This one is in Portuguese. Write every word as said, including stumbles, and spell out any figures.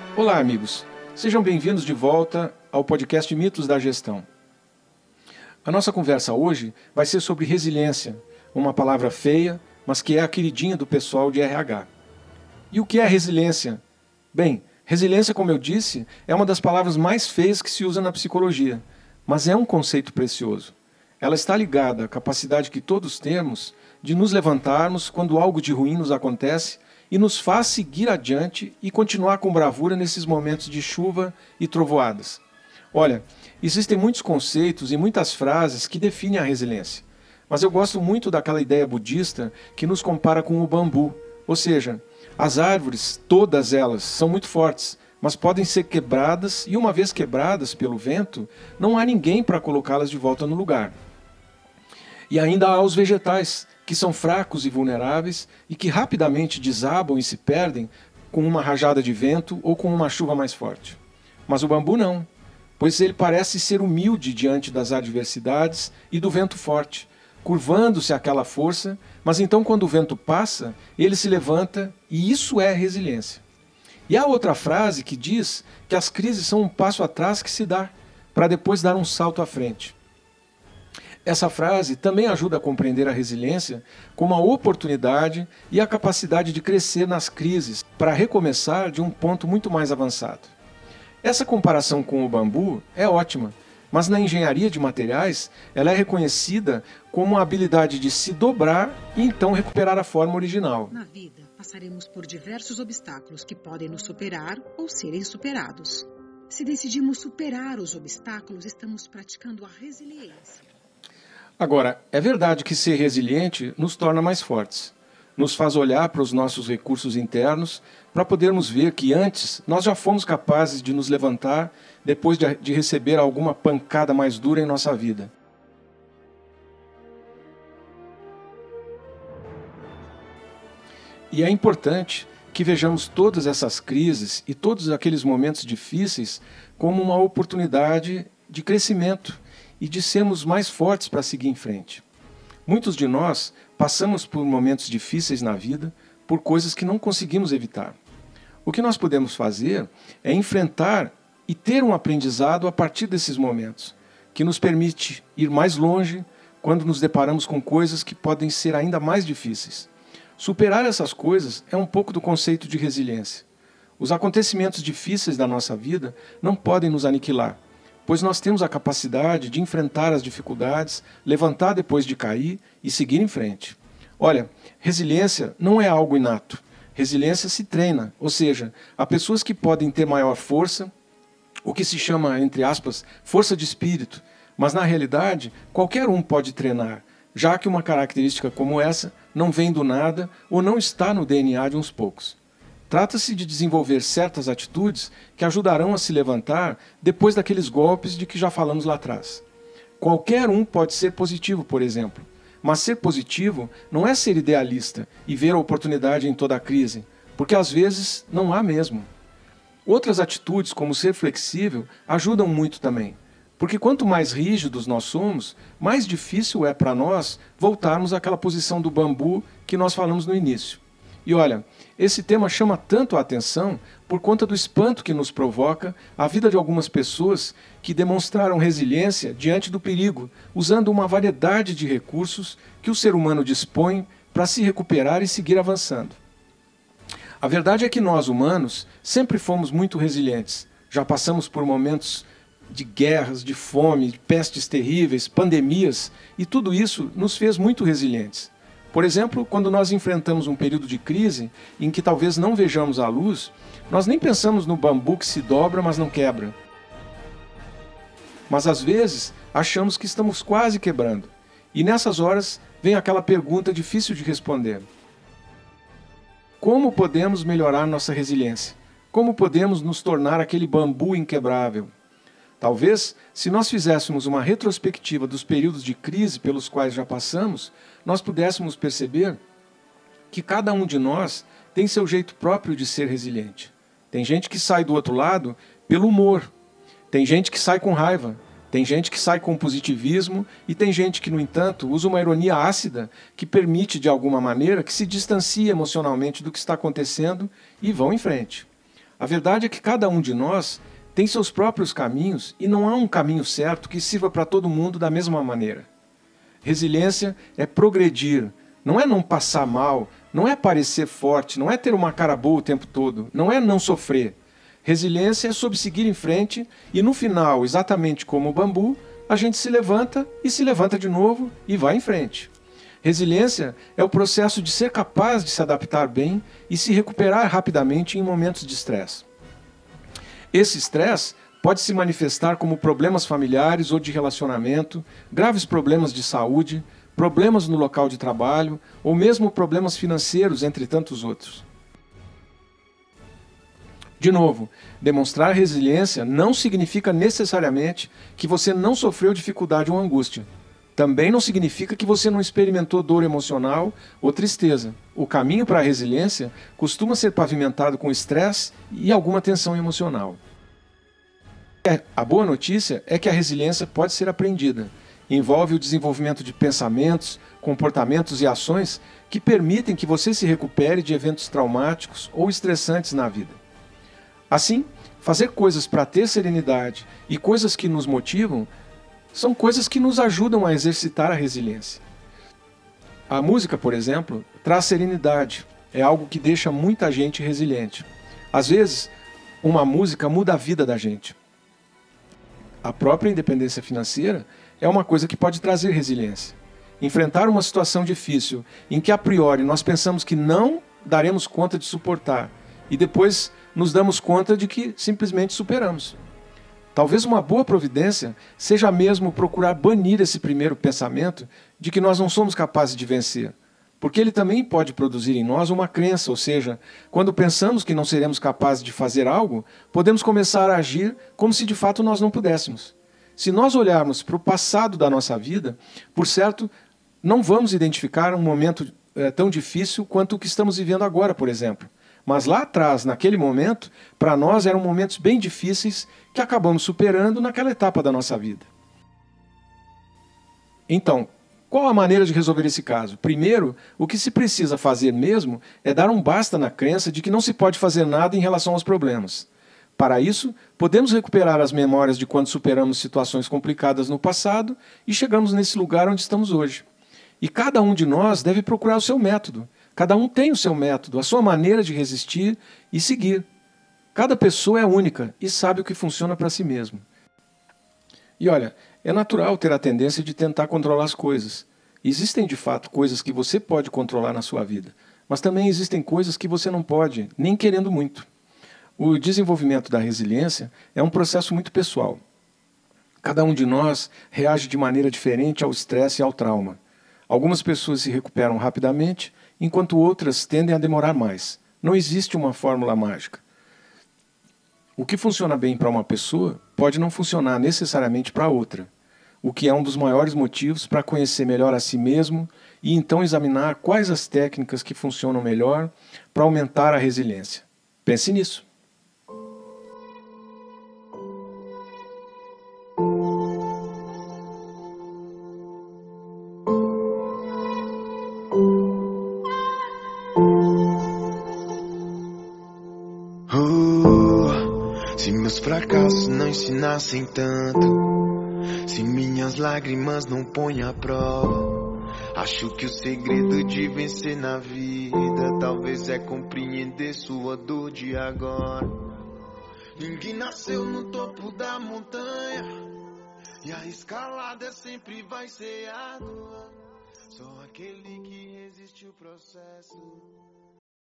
Olá, amigos. Sejam bem-vindos de volta ao podcast Mitos da Gestão. A nossa conversa hoje vai ser sobre resiliência, uma palavra feia, mas que é a queridinha do pessoal de R H. E o que é resiliência? Bem, resiliência, como eu disse, é uma das palavras mais feias que se usa na psicologia, mas é um conceito precioso. Ela está ligada à capacidade que todos temos de nos levantarmos quando algo de ruim nos acontece e nos faz seguir adiante e continuar com bravura nesses momentos de chuva e trovoadas. Olha, existem muitos conceitos e muitas frases que definem a resiliência, mas eu gosto muito daquela ideia budista que nos compara com o bambu, ou seja, as árvores, todas elas, são muito fortes, mas podem ser quebradas e uma vez quebradas pelo vento, não há ninguém para colocá-las de volta no lugar. E ainda há os vegetais, que são fracos e vulneráveis e que rapidamente desabam e se perdem com uma rajada de vento ou com uma chuva mais forte. Mas o bambu não, pois ele parece ser humilde diante das adversidades e do vento forte, curvando-se àquela força, mas então quando o vento passa, ele se levanta e isso é resiliência. E há outra frase que diz que as crises são um passo atrás que se dá, para depois dar um salto à frente. Essa frase também ajuda a compreender a resiliência como a oportunidade e a capacidade de crescer nas crises para recomeçar de um ponto muito mais avançado. Essa comparação com o bambu é ótima, mas na engenharia de materiais ela é reconhecida como a habilidade de se dobrar e então recuperar a forma original. Na vida, passaremos por diversos obstáculos que podem nos superar ou serem superados. Se decidimos superar os obstáculos, estamos praticando a resiliência. Agora, é verdade que ser resiliente nos torna mais fortes. Nos faz olhar para os nossos recursos internos para podermos ver que antes nós já fomos capazes de nos levantar depois de, de receber alguma pancada mais dura em nossa vida. E é importante que vejamos todas essas crises e todos aqueles momentos difíceis como uma oportunidade de crescimento e de sermos mais fortes para seguir em frente. Muitos de nós passamos por momentos difíceis na vida, por coisas que não conseguimos evitar. O que nós podemos fazer é enfrentar e ter um aprendizado a partir desses momentos, que nos permite ir mais longe quando nos deparamos com coisas que podem ser ainda mais difíceis. Superar essas coisas é um pouco do conceito de resiliência. Os acontecimentos difíceis da nossa vida não podem nos aniquilar, pois nós temos a capacidade de enfrentar as dificuldades, levantar depois de cair e seguir em frente. Olha, resiliência não é algo inato. Resiliência se treina, ou seja, há pessoas que podem ter maior força, o que se chama, entre aspas, força de espírito, mas na realidade qualquer um pode treinar, já que uma característica como essa não vem do nada ou não está no D N A de uns poucos. Trata-se de desenvolver certas atitudes que ajudarão a se levantar depois daqueles golpes de que já falamos lá atrás. Qualquer um pode ser positivo, por exemplo, mas ser positivo não é ser idealista e ver a oportunidade em toda a crise, porque às vezes não há mesmo. Outras atitudes, como ser flexível, ajudam muito também, porque quanto mais rígidos nós somos, mais difícil é para nós voltarmos àquela posição do bambu que nós falamos no início. E olha, esse tema chama tanto a atenção por conta do espanto que nos provoca a vida de algumas pessoas que demonstraram resiliência diante do perigo, usando uma variedade de recursos que o ser humano dispõe para se recuperar e seguir avançando. A verdade é que nós, humanos, sempre fomos muito resilientes. Já passamos por momentos de guerras, de fome, de pestes terríveis, pandemias, e tudo isso nos fez muito resilientes. Por exemplo, quando nós enfrentamos um período de crise em que talvez não vejamos a luz, nós nem pensamos no bambu que se dobra, mas não quebra. Mas às vezes achamos que estamos quase quebrando. E nessas horas vem aquela pergunta difícil de responder. Como podemos melhorar nossa resiliência? Como podemos nos tornar aquele bambu inquebrável? Talvez, se nós fizéssemos uma retrospectiva dos períodos de crise pelos quais já passamos, nós pudéssemos perceber que cada um de nós tem seu jeito próprio de ser resiliente. Tem gente que sai do outro lado pelo humor, tem gente que sai com raiva, tem gente que sai com positivismo e tem gente que, no entanto, usa uma ironia ácida que permite, de alguma maneira, que se distancie emocionalmente do que está acontecendo e vão em frente. A verdade é que cada um de nós tem seus próprios caminhos e não há um caminho certo que sirva para todo mundo da mesma maneira. Resiliência é progredir, não é não passar mal, não é parecer forte, não é ter uma cara boa o tempo todo, não é não sofrer. Resiliência é sobre seguir em frente e no final, exatamente como o bambu, a gente se levanta e se levanta de novo e vai em frente. Resiliência é o processo de ser capaz de se adaptar bem e se recuperar rapidamente em momentos de estresse. Esse estresse pode se manifestar como problemas familiares ou de relacionamento, graves problemas de saúde, problemas no local de trabalho ou mesmo problemas financeiros, entre tantos outros. De novo, demonstrar resiliência não significa necessariamente que você não sofreu dificuldade ou angústia. Também não significa que você não experimentou dor emocional ou tristeza. O caminho para a resiliência costuma ser pavimentado com estresse e alguma tensão emocional. A boa notícia é que a resiliência pode ser aprendida. Envolve o desenvolvimento de pensamentos, comportamentos e ações que permitem que você se recupere de eventos traumáticos ou estressantes na vida. Assim, fazer coisas para ter serenidade e coisas que nos motivam são coisas que nos ajudam a exercitar a resiliência. A música, por exemplo, traz serenidade. É algo que deixa muita gente resiliente. Às vezes, uma música muda a vida da gente. A própria independência financeira é uma coisa que pode trazer resiliência. Enfrentar uma situação difícil em que a priori nós pensamos que não daremos conta de suportar e depois nos damos conta de que simplesmente superamos. Talvez uma boa providência seja mesmo procurar banir esse primeiro pensamento de que nós não somos capazes de vencer, porque ele também pode produzir em nós uma crença, ou seja, quando pensamos que não seremos capazes de fazer algo, podemos começar a agir como se de fato nós não pudéssemos. Se nós olharmos para o passado da nossa vida, por certo, não vamos identificar um momento é, tão difícil quanto o que estamos vivendo agora, por exemplo. Mas lá atrás, naquele momento, para nós eram momentos bem difíceis que acabamos superando naquela etapa da nossa vida. Então, qual a maneira de resolver esse caso? Primeiro, o que se precisa fazer mesmo é dar um basta na crença de que não se pode fazer nada em relação aos problemas. Para isso, podemos recuperar as memórias de quando superamos situações complicadas no passado e chegamos nesse lugar onde estamos hoje. E cada um de nós deve procurar o seu método. Cada um tem o seu método, a sua maneira de resistir e seguir. Cada pessoa é única e sabe o que funciona para si mesmo. E olha, é natural ter a tendência de tentar controlar as coisas. Existem de fato coisas que você pode controlar na sua vida, mas também existem coisas que você não pode, nem querendo muito. O desenvolvimento da resiliência é um processo muito pessoal. Cada um de nós reage de maneira diferente ao estresse e ao trauma. Algumas pessoas se recuperam rapidamente, enquanto outras tendem a demorar mais. Não existe uma fórmula mágica. O que funciona bem para uma pessoa pode não funcionar necessariamente para outra, o que é um dos maiores motivos para conhecer melhor a si mesmo e então examinar quais as técnicas que funcionam melhor para aumentar a resiliência. Pense nisso. Se meus fracassos não ensinassem tanto, se minhas lágrimas não põem à prova, acho que o segredo de vencer na vida talvez é compreender sua dor de agora. Ninguém nasceu no topo da montanha e a escalada sempre vai ser árdua. Só aquele que resiste o processo